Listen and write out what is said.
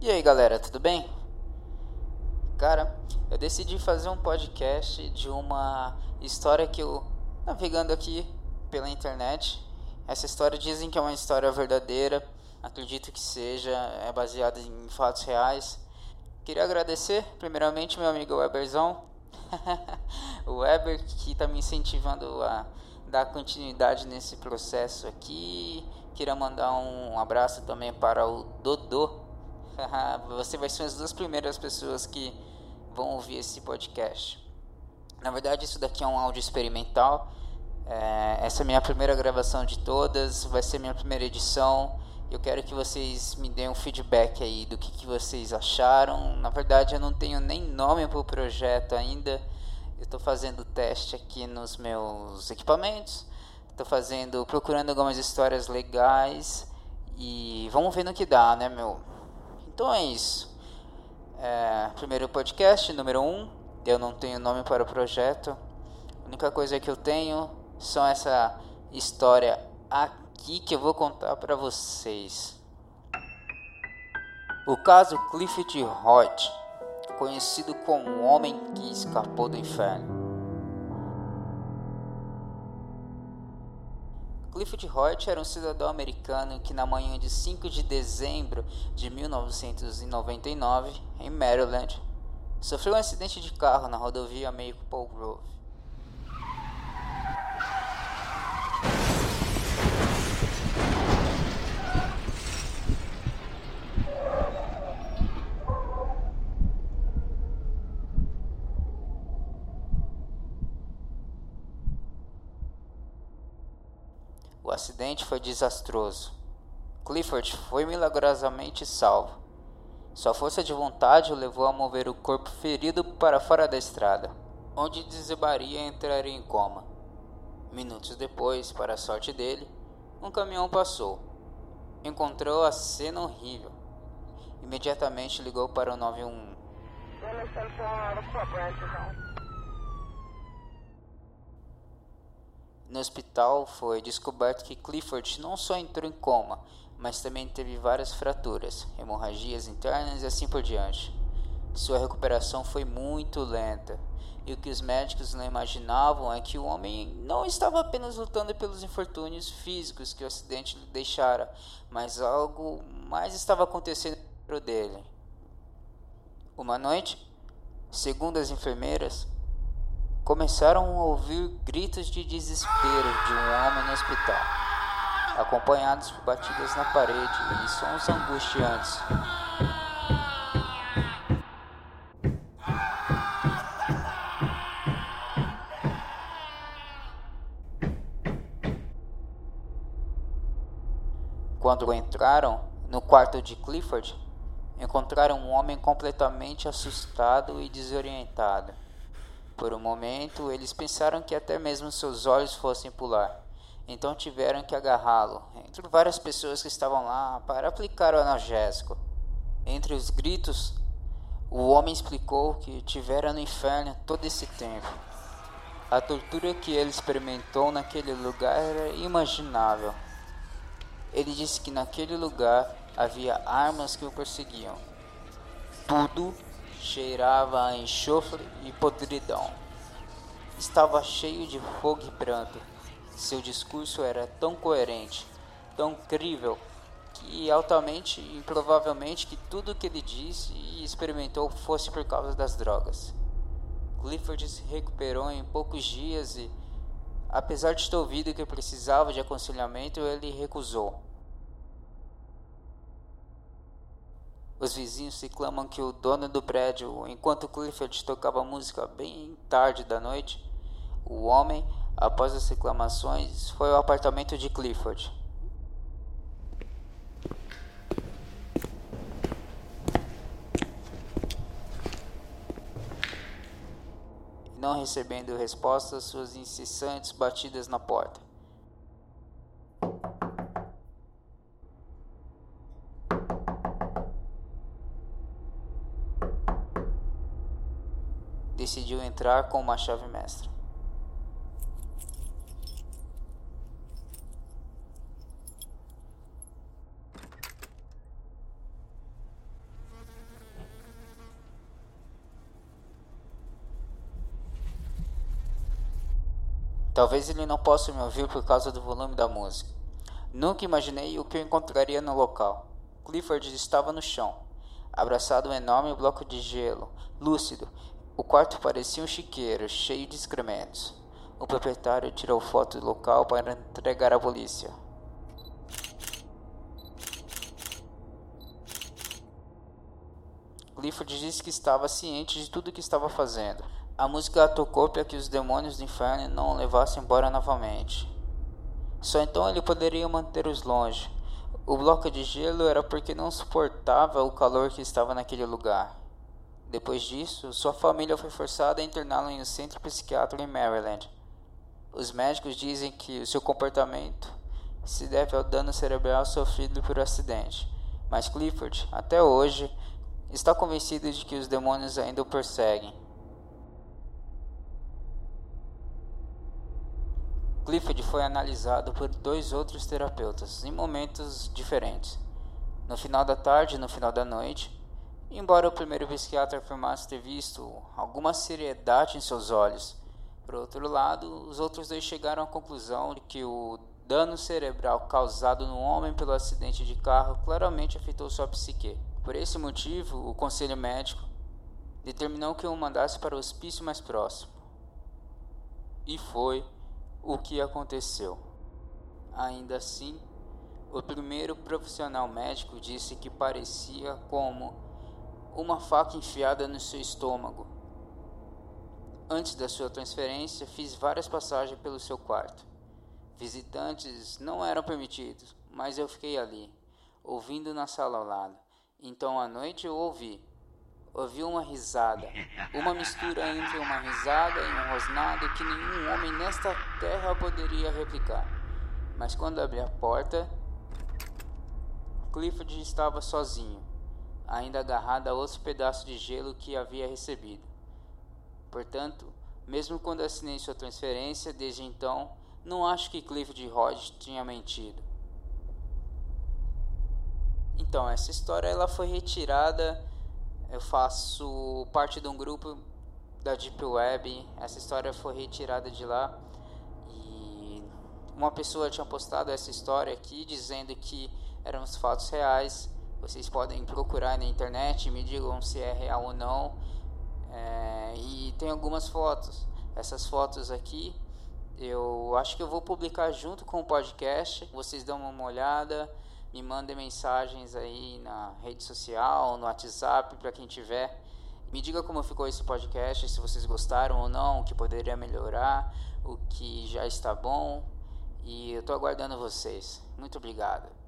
E aí galera, tudo bem? Cara, eu decidi fazer um podcast de uma história que eu navegando aqui pela internet. Essa história dizem que é uma história verdadeira, acredito que seja, é baseada em fatos reais. Queria agradecer primeiramente meu amigo Weberzão, o Weber que está me incentivando a dar continuidade nesse processo aqui. Queria mandar um abraço também para o Dodô. Você vai ser uma das primeiras pessoas que vão ouvir esse podcast. Na verdade, isso daqui é um áudio experimental. Essa é a minha primeira gravação de todas, vai ser minha primeira edição. Eu quero que vocês me deem um feedback aí do que vocês acharam. Na verdade, eu não tenho nem nome para o projeto ainda. Eu estou fazendo teste aqui nos meus equipamentos. Estou procurando algumas histórias legais e vamos ver no que dá, né, meu? Então é isso. Primeiro podcast, número 1. Eu não tenho nome para o projeto. A única coisa que eu tenho são essa história aqui que eu vou contar para vocês. O caso Clifford Hoyt, conhecido como o homem que escapou do inferno. Clifford Hoyt era um cidadão americano que na manhã de 5 de dezembro de 1999, em Maryland, sofreu um acidente de carro na rodovia Maple Grove. O acidente foi desastroso. Clifford foi milagrosamente salvo. Sua força de vontade o levou a mover o corpo ferido para fora da estrada, onde desebaria e entraria em coma. Minutos depois, para a sorte dele, um caminhão passou. Encontrou a cena horrível. Imediatamente ligou para o 911. No hospital foi descoberto que Clifford não só entrou em coma, mas também teve várias fraturas, hemorragias internas e assim por diante. Sua recuperação foi muito lenta, e o que os médicos não imaginavam é que o homem não estava apenas lutando pelos infortúnios físicos que o acidente lhe deixara, mas algo mais estava acontecendo dentro dele. Uma noite, segundo as enfermeiras, começaram a ouvir gritos de desespero de um homem no hospital, acompanhados por batidas na parede e sons angustiantes. Quando entraram no quarto de Clifford, encontraram um homem completamente assustado e desorientado. Por um momento, eles pensaram que até mesmo seus olhos fossem pular. Então tiveram que agarrá-lo, entre várias pessoas que estavam lá, para aplicar o analgésico. Entre os gritos, o homem explicou que tivera no inferno todo esse tempo. A tortura que ele experimentou naquele lugar era inimaginável. Ele disse que naquele lugar havia armas que o perseguiam. Tudo cheirava a enxofre e podridão. Estava cheio de fogo e pranto. Seu discurso era tão coerente, tão crível, que altamente improvavelmente que tudo o que ele disse e experimentou fosse por causa das drogas. Clifford se recuperou em poucos dias e, apesar de ter ouvido que precisava de aconselhamento, ele recusou. Os vizinhos reclamam que o dono do prédio, enquanto Clifford tocava música bem tarde da noite, o homem, após as reclamações, foi ao apartamento de Clifford. Não recebendo resposta às suas incessantes batidas na porta. Decidiu entrar com uma chave mestra. Talvez ele não possa me ouvir por causa do volume da música. Nunca imaginei o que eu encontraria no local. Clifford estava no chão, abraçado a um enorme bloco de gelo, lúcido. O quarto parecia um chiqueiro, cheio de excrementos. O proprietário tirou foto do local para entregar à polícia. Clifford disse que estava ciente de tudo o que estava fazendo. A música tocou para que os demônios do inferno não o levassem embora novamente. Só então ele poderia mantê-los longe. O bloco de gelo era porque não suportava o calor que estava naquele lugar. Depois disso, sua família foi forçada a interná-lo em um centro psiquiátrico em Maryland. Os médicos dizem que o seu comportamento se deve ao dano cerebral sofrido por acidente, mas Clifford, até hoje, está convencido de que os demônios ainda o perseguem. Clifford foi analisado por 2 outros terapeutas em momentos diferentes, no final da tarde e no final da noite. Embora o primeiro psiquiatra afirmasse ter visto alguma seriedade em seus olhos, por outro lado, os outros 2 chegaram à conclusão de que o dano cerebral causado no homem pelo acidente de carro claramente afetou sua psique. Por esse motivo, o conselho médico determinou que o mandasse para o hospício mais próximo. E foi o que aconteceu. Ainda assim, o primeiro profissional médico disse que parecia como uma faca enfiada no seu estômago. Antes da sua transferência, fiz várias passagens pelo seu quarto. Visitantes não eram permitidos, mas eu fiquei ali, ouvindo na sala ao lado. Então à noite eu ouvi uma risada, uma mistura entre uma risada e um rosnado que nenhum homem nesta terra poderia replicar. Mas quando abri a porta, Clifford estava sozinho, ainda agarrado a outro pedaço de gelo que havia recebido. Portanto, mesmo quando assinei sua transferência, desde então, não acho que Clifford Hodge tinha mentido. Então, essa história ela foi retirada. Eu faço parte de um grupo da Deep Web. Essa história foi retirada de lá. E uma pessoa tinha postado essa história aqui, dizendo que eram os fatos reais. Vocês podem procurar na internet e me digam se é real ou não. E tem algumas fotos. Essas fotos aqui, eu acho que eu vou publicar junto com o podcast. Vocês dão uma olhada. Me mandem mensagens aí na rede social, no WhatsApp, para quem tiver. Me diga como ficou esse podcast, se vocês gostaram ou não, o que poderia melhorar, o que já está bom. E eu estou aguardando vocês. Muito obrigado.